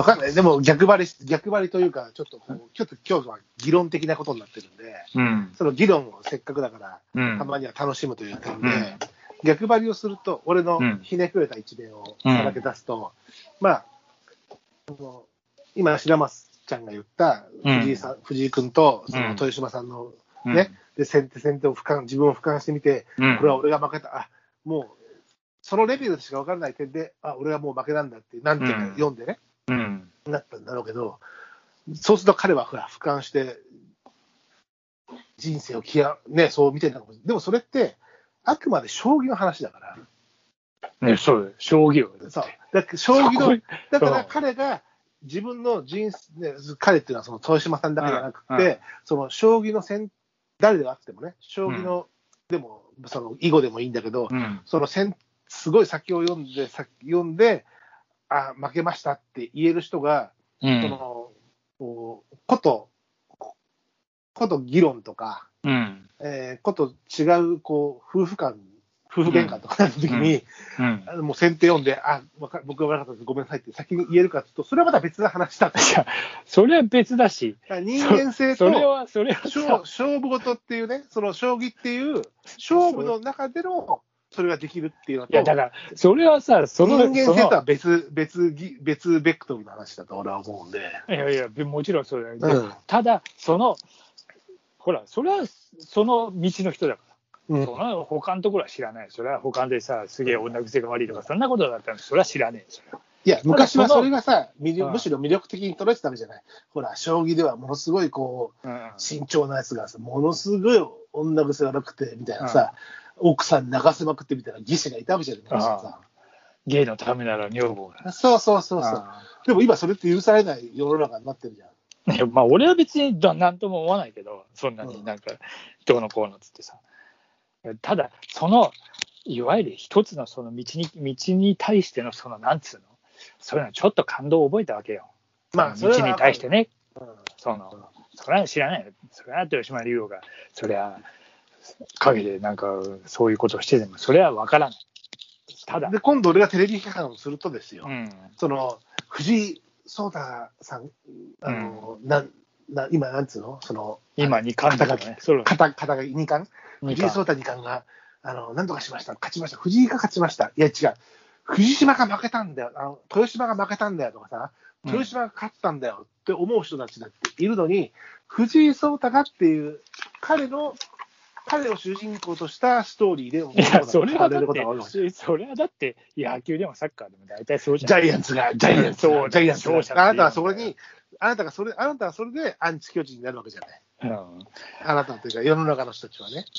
かんない。でも逆張りというか、ちょっと今日は議論的なことになってるんで、その議論をせっかくだから、たまには楽しむという点で、逆張りをすると、俺のひねくれた一面をさらけ出すと、まあ、今、白松ちゃんが言った藤井君とその豊島さんのね、で先手を自分を俯瞰してみて、これは俺が負けた、もう、そのレベルでしか分からない点で、俺はもう負けなんだって、何点か読んでね、なったんだろうけど、そうすると彼は俯瞰して、人生をそう見てるんだかもしれない。でもそれって、あくまで将棋の話だから。 ね、そう将棋を。 そう。だから彼が自分の人生、彼っていうのはその豊島さんだけじゃなくて、その将棋の誰であってもね、将棋の、でも、その囲碁でもいいんだけど、そのすごい先を読んで、負けましたって言える人が、その、こと議論とか、こと違う、夫婦喧嘩とかの時に、もう先手読んで、僕が悪かったです、ごめんなさいって先に言えるかというと、それはまた別な話だった。 それは別だし、 人間性と勝負事っていうね、その将棋っていう勝負の中でのそれができるっていうのと、 いやだからそれはさ、 人間性とは別ベクトルの話だと俺は思うんで。 いやもちろんそうだよ、ただほらそれはその道の人だから、その他のところは知らない。それは他でさ、すげえ女癖が悪いとかそんなことだったらそれは知らねえ。それはいや昔はそれがさ、むしろ魅力的に捉えてたわけじゃない。ほら将棋ではものすごい慎重なやつがさ、ものすごい女癖が悪くてみたいなさ、奥さん泣かせまくってみたいな義士がいたわけじゃない。 芸のためなら女房が。 そう。でも今それって許されない世の中になってるじゃん。 まあ俺は別に何とも思わないけど、そんなになんかどうのこうのっつってさ。ただいわゆる一つのその道に対してのなんつうの、そういうのちょっと感動を覚えたわけよ。まあ道に対してね、それは知らないよ。それは豊島竜王がそれは陰でなんかそういうことをしててもそれは分からない。ただで今度俺がテレビ批判をするとですよ、その藤井聡太さん、今なんつうの、その今2冠だからね、 肩が2冠、藤井聡太2冠が何とかしました、勝ちました、藤井が勝ちました、いや違う、藤島が負けたんだよ、豊島が負けたんだよとかさ、豊島が勝ったんだよって思う人たちだっているのに、藤井聡太がっていう彼を主人公としたストーリーでも、 それはだって野球でもサッカーでも大体そうじゃん。ジャイアンツがあなたはそれでアンチ巨人になるわけじゃない。あなたというか世の中の人たちはね。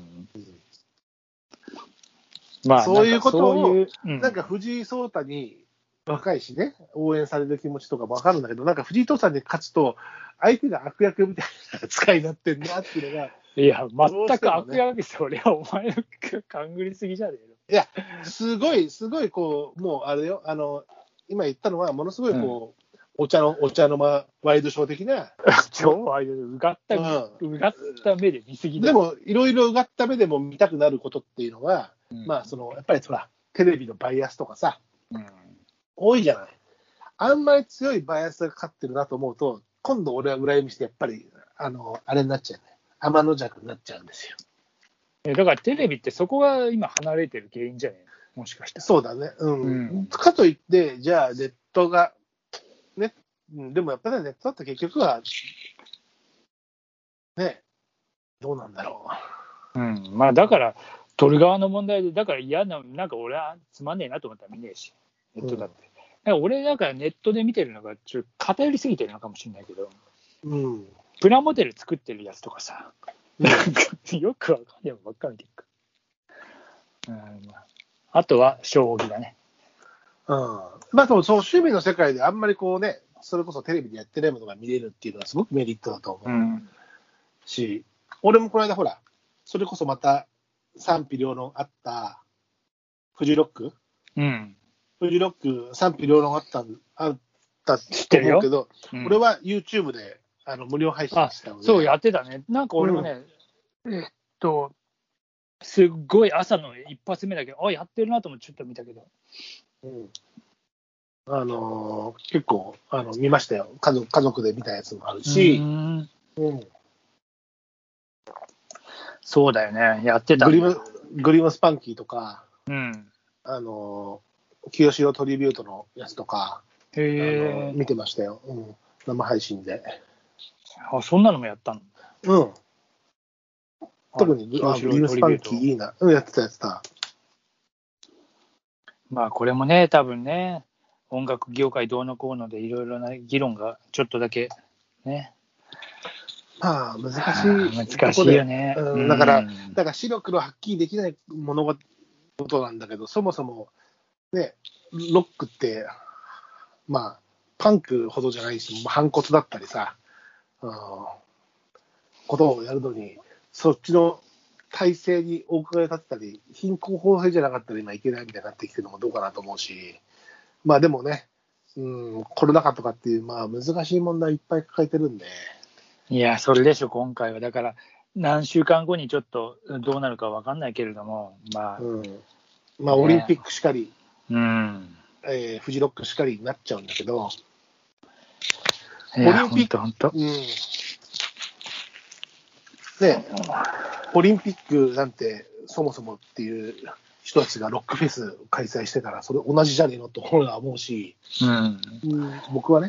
まあそういうことをなんか藤井聡太に若いしね、応援される気持ちとかも分かるんだけど、なんか藤井聡太に勝つと相手が悪役みたいな扱いになってんなっていうのが。 いや、全く悪役、それはお前の勘ぐりすぎじゃねえの。 いや、すごい、もうあれよ、今言ったのは、ものすごいお茶の間ワイドショー的な。 超ワイドでうがった目で見すぎだ。 でも、いろいろうがった目でも見たくなることっていうのは、まあ、やっぱりテレビのバイアスとかさ、多いじゃない。あんまり強いバイアスがかかってるなと思うと、今度俺は裏読みして、やっぱり、あれになっちゃうね。天の弱になっちゃうんですよ。 だからテレビってそこが今離れてる原因じゃねえ、もしかしたら。 そうだね。かといって、じゃあネットが、ね、でもやっぱりネットだって結局は、ね、どうなんだろう。まあだから、撮る側の問題で、だからなんか俺はつまんねえなと思ったら見ねえし、ネットだって。俺なんかネットで見てるのがちょっと偏りすぎてるのかもしれないけど、プラモデル作ってるやつとかさ、よくわかんないばっかり見てるか。あとは将棋だね。 まあでもそう趣味の世界であんまりそれこそテレビでやってないものが見れるっていうのはすごくメリットだと思うし、俺もこの間ほら、それこそまた賛否両論あったフジロック、フジロック賛否両論あったと思うけど、俺は YouTube で無料配信したので。 そうやってたね。なんか俺もね、すっごい朝の一発目だけど、やってるなと思ってちょっと見たけど、 結構見ましたよ。家族で見たやつもあるし、 そうだよね、やってた。 グリムスパンキーとか、 清志郎トリビュートのやつとか、見てましたよ、生配信で。 あ、そんなのもやったの？ 特にグリムスパンキーいいな。やってた。 まあこれもね、多分ね、音楽業界どうのこうのでいろいろな議論がちょっとだけね。 まあ難しいよね。 だから白黒はっきりできない物事なんだけど、そもそもね、ロックってまあパンクほどじゃないし、反骨だったりさ、ことをやるのに、そっちの体制にお伺い立てたり、貧困法制じゃなかったら今いけないみたいになってきてるのもどうかなと思うし、まあでもね、コロナ禍とかっていう、まあ難しい問題いっぱい抱えてるんで。 いや、それでしょ、今回は。だから、何週間後にちょっとどうなるか分かんないけれども、まあ、 オリンピックしかり、 フジロックしかりになっちゃうんだけど、 オリンピック、 オリンピックなんてそもそもっていう人たちがロックフェス開催してたらそれ同じじゃねえのと俺は思うし、僕はね、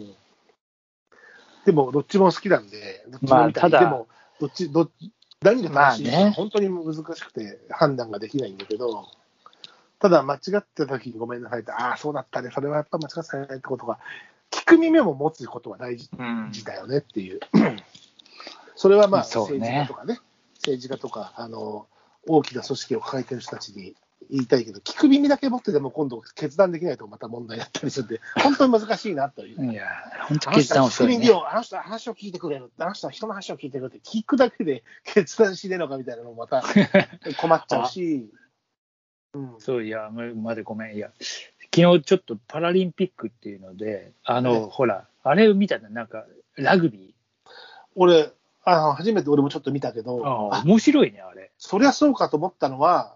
でもどっちも好きなんで、どっちも見たい、でも何が正しいか本当に難しくて判断ができないんだけど、ただ間違ってた時にごめんなさいって、ああそうだったね、それはやっぱ間違ってたねってことが聞く耳も持つことは大事だよねっていう。それはまあ政治家とかね、政治家とか大きな組織を抱えてる人たちに言いたいけど、聞く耳だけ持ってでも今度決断できないとまた問題だったりするんで、本当に難しいなという。 いや、本当決断遅いね。 あの人は話を聞いてくれる、あの人は人の話を聞いてくれるって聞くだけで決断しねえのかみたいなのもまた困っちゃうし。 そう、いや、まだごめん。いや、昨日ちょっとパラリンピックっていうので、ほら、あれを見たの、なんか、ラグビー。 俺、初めて俺もちょっと見たけど、 面白いね、あれ。 そりゃそうかと思ったのは、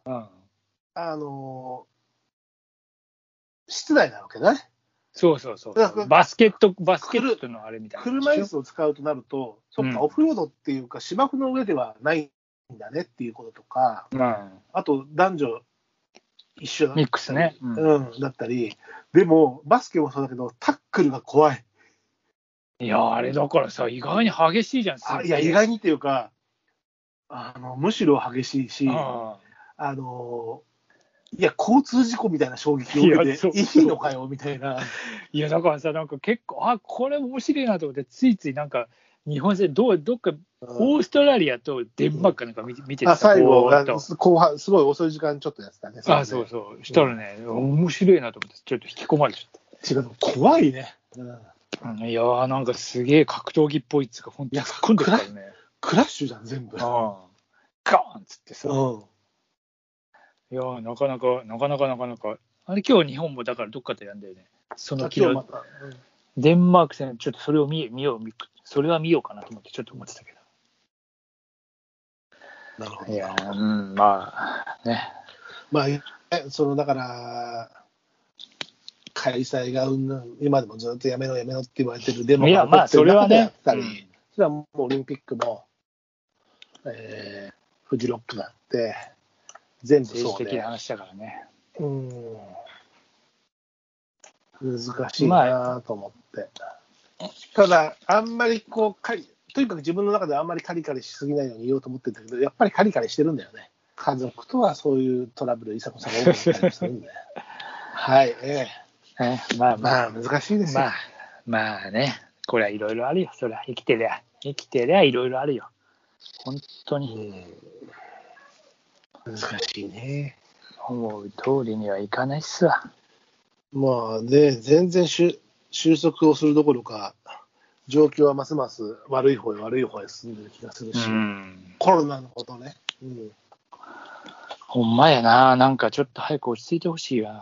室内なわけね。 そう。バスケットのあれみたいな。 車椅子を使うとなると、そっか、オフロードっていうか、芝生の上ではないんだねっていうこととか、あと男女一緒だったり、 ミックスね。 だったり、でも、バスケもそうだけど、タックルが怖い。 いや、あれだからさ、意外に激しいじゃん。 いや、意外にっていうか、むしろ激しいし、いや、交通事故みたいな衝撃を受けて、いいのかよみたいな。 いや、だからさ、なんか結構、これ面白いなと思って、ついついなんか、日本戦、どっか、オーストラリアとデンマークかなんか見てた。 最後、後半、すごい遅い時間ちょっとやってたね。 そう。したらね、面白いなと思って、ちょっと引き込まれちゃった。 違う、怖いね。 いやー、なんかすげえ格闘技っぽいっつうか、本当に突っ込んでるからね。 クラッシュじゃん、全部。 ガーンっつってさ。いやー、なかなか。あれ、今日日本もだからどっかでやんだよね。その昨日、デンマーク戦、ちょっとそれを見ようかなと思って、ちょっと思ってたけど。なるほど。 いやまあ、ね。 まあ、だから、開催が今でもずっとやめろって言われてるデモが起こってる中でやったり、それはもうオリンピックも、フジロックがあって、全部そうで。 政治的な話だからね。 難しいなと思って。ただ、あんまりとにかく自分の中であんまりカリカリしすぎないように言おうと思ってるんだけど、やっぱりカリカリしてるんだよね。家族とはそういうトラブル、いさこさんが多かったりするんで。はい、まあ難しいですよ。 まあね、これはいろいろあるよ。それは生きてりゃいろいろあるよ。本当に。 難しいね。 思う通りにはいかないっすわ。 まあね、全然収束をするどころか、状況はますます悪い方へ進んでる気がするし、コロナのことね。 ほんまやな、なんかちょっと早く落ち着いてほしいわ。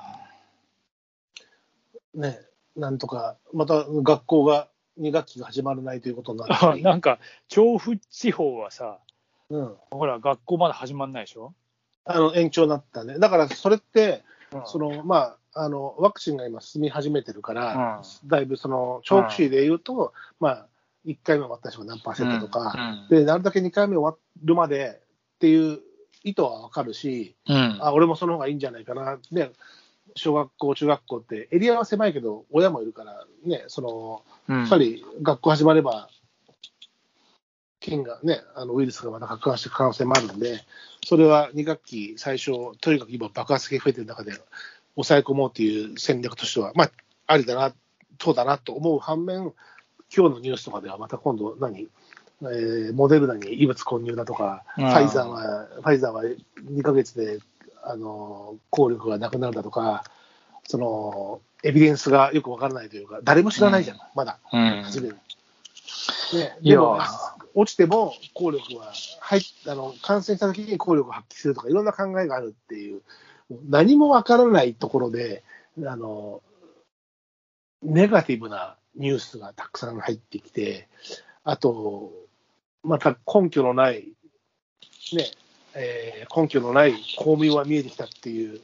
ね、なんとか、また学校が2学期が始まらないということになってなんか、調布地方はさ、ほら、学校まだ始まらないでしょ？ 延長になったね。だから、それって、 ワクチンが今進み始めてるから、だいぶその長期主義でいうと、まあ、1回目終わった人が何%とか、で、なるだけ2回目終わるまでっていう意図は分かるし、俺もその方がいいんじゃないかな。で、小学校、中学校ってエリアは狭いけど、親もいるからね、やっぱり学校始まれば、菌がね、ウイルスがまた拡大していく可能性もあるんで、それは2学期最初、とにかく今爆発的に増えてる中で抑え込もうという戦略としては、まあ、ありだな、そうだなと思う反面、今日のニュースとかではまた今度モデルナに異物混入だとか、ファイザーは2ヶ月で効力がなくなるだとか、エビデンスがよくわからないというか、誰も知らないじゃん、まだ、初めに。ね、でも、落ちても効力は感染したときに効力を発揮するとか、いろんな考えがあるっていう、何もわからないところで、ネガティブなニュースがたくさん入ってきて、あと、また根拠のない、根拠のない公民は見えてきたっていう、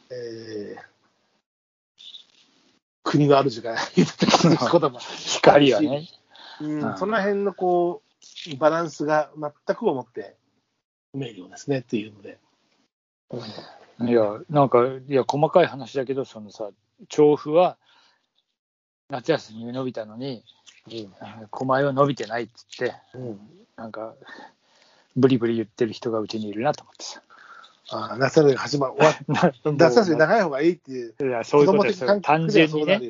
国の主が言ってた言葉光はね。 その辺のバランスが全くをもって不明瞭ですねっていうので。 いや、細かい話だけど、調布は夏休みに伸びたのに、狛江は伸びてないっつって、なんか、ブリブリ言ってる人がうちにいるなと思ってさ。 夏休み始まる。夏休み長い方がいいっていう。 いや、そういうことですよ。単純にね。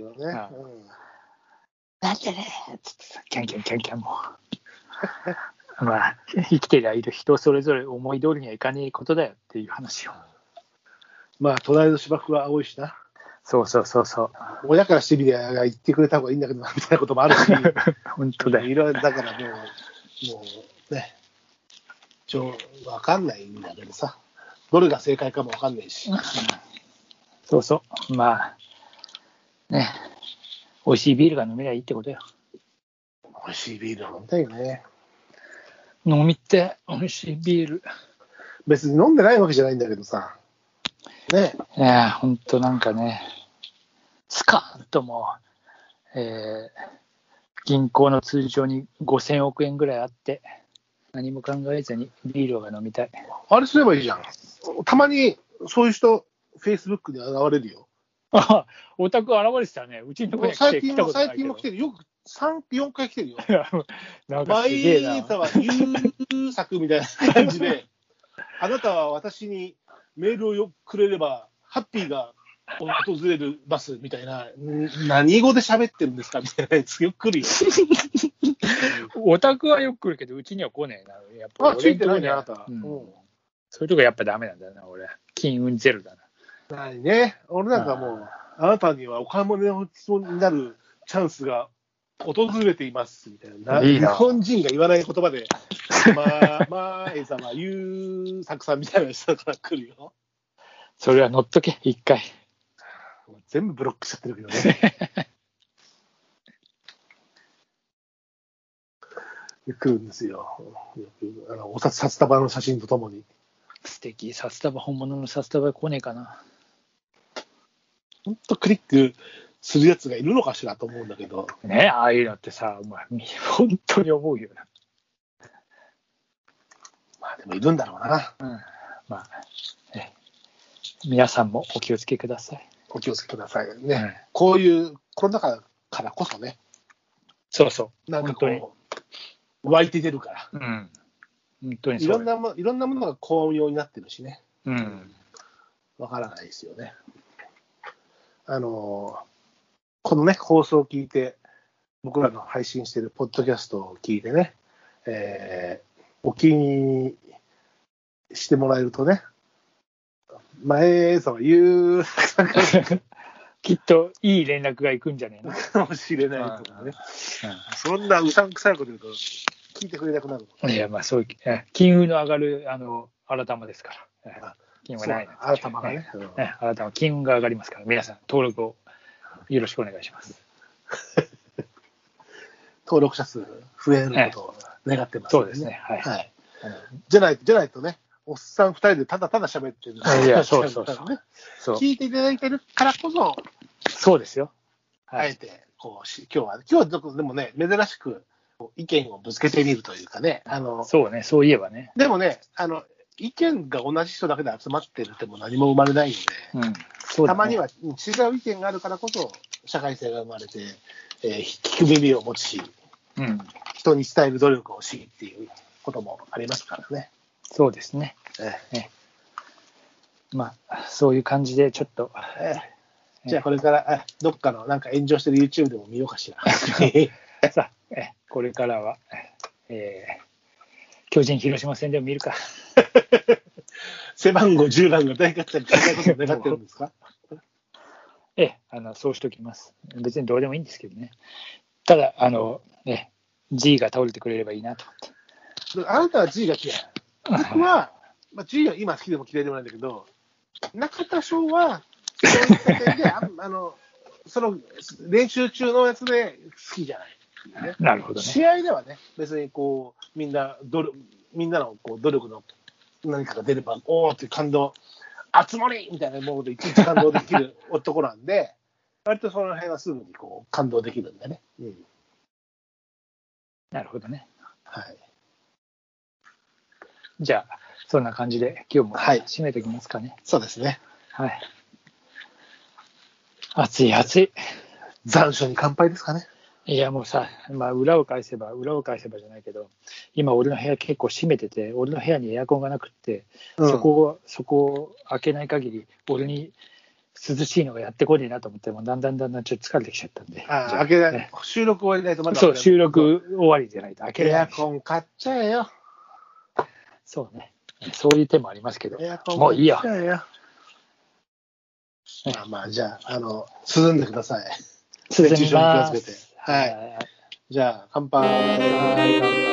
なんでねっつってさ、キャンキャンもう。まあ、生きてりゃいる人それぞれ思い通りにはいかねえことだよっていう話を。 まあ、隣の芝生は青いしな。 そう。 親からしてみりゃ言ってくれた方がいいんだけどな、みたいなこともあるし。 本当だよ。 いろいろだからもうね、わかんないんだけどさ、どれが正解かもわかんないし。 そう。まあ、ね、美味しいビールが飲めりゃいいってことよ。 美味しいビールを飲みたいよね。 飲みて、美味しいビール。 別に飲んでないわけじゃないんだけどさ。ね。 いや、ほんとなんかね、スカーンともう、銀行の通帳に5000億円ぐらいあって、何も考えずにビールが飲みたい。 あれすればいいじゃん。たまにそういう人、Facebook に現れるよ。 お宅現れてたね。うちのとこに最近も来てる。よく3、4回来てるよ。 なんかすげえな。 毎朝は優作みたいな感じで、あなたは私にメールをくれれば、ハッピーが訪れるバスみたいな、何語で喋ってるんですかみたいなやつよく来るよ。 お宅はよく来るけど、うちには来ねえな。やっぱついてないね、あなた。 そういうとこやっぱダメなんだな、俺。金運ゼロだな。 ないね。俺なんかもう、あなたにはお買い物になるチャンスが訪れていますみたいな。日本人が言わない言葉で、A様、優作さんみたいな人から来るよ。 それは乗っとけ、一回。 全部ブロックしちゃってるけどね。来るんですよ。札束の写真とともに。 素敵。札束、本物の札束来ねえかな。 本当クリックするやつがいるのかしらと思うんだけど。 ね、ああいうのってさ、本当に思うよな。 まあでもいるんだろうな。 まあ、皆さんもお気をつけください。 お気をつけくださいね。こういうコロナ禍からこそね。 そう。 なんか湧いて出るから。 本当にそう。いろんなものが巧妙になってるしね。わからないですよね。このね、放送を聞いて、僕らの配信しているポッドキャストを聞いてね、お気にしてもらえるとね、前さんは言うきっといい連絡がいくんじゃねえのかもしれないとかね。そんなうさんくさいこと言うと聞いてくれなくなる。 いや、まあそういう金運の上がる新玉ですから。金はない新玉がね。 新玉金運が上がりますから、皆さん登録をよろしくお願いします。 登録者数増えることを願ってます、 そうですね。はい。 じゃないとね、 おっさん2人でただただ喋ってる。 いや、そうそうそう。聞いていただいてるからこそ、 そうですよ。 あえて、今日はでもね、珍しく意見をぶつけてみるというかね。 そうね、そういえばね。 でもね、意見が同じ人だけで集まってるっても何も生まれないので、そうだね、たまには違う意見があるからこそ、社会性が生まれて、聞く耳を持ち、人に伝える努力をしっていうこともありますからね。 そうですね。まあ、そういう感じで、ちょっと。 じゃあ、これから、どっかのなんか炎上してる YouTube でも見ようかしら。 さあ、これからは、巨人広島戦でも見るか。 背番号10番が大活躍したいことを願ってるんですか？ そうしときます。別にどうでもいいんですけどね。ただ、G が倒れてくれればいいなと思って。 あなたは G が嫌い。僕は、G は今好きでも嫌いでもないんだけど、中田翔は、そういった点で、その練習中のやつで好きじゃない、 ね。なるほどね。 試合ではね、別にこう、みんなのこう努力の何かが出れば、おーって感動、熱盛みたいなものでいちいち感動できる男なんで、割とその辺はすぐにこう感動できるんでね。 なるほどね。 はい。 じゃあ、そんな感じで今日も締めておきますかね。 そうですね。 はい。暑い暑い。 残暑に乾杯ですかね。 いやもうさ、裏を返せばじゃないけど、今俺の部屋結構閉めてて、俺の部屋にエアコンがなくって、そこを開けない限り、俺に涼しいのがやってこねえなと思って、もうだんだんちょっと疲れてきちゃったんで。 開けない、収録終わりないとまだ。 そう、収録終わりじゃないと開けない。 エアコン買っちゃえよ。 そうね。そういう手もありますけど、もういいよ。 まあ、じゃあ、涼んでください。 涼みます。 はい。じゃあ、乾杯。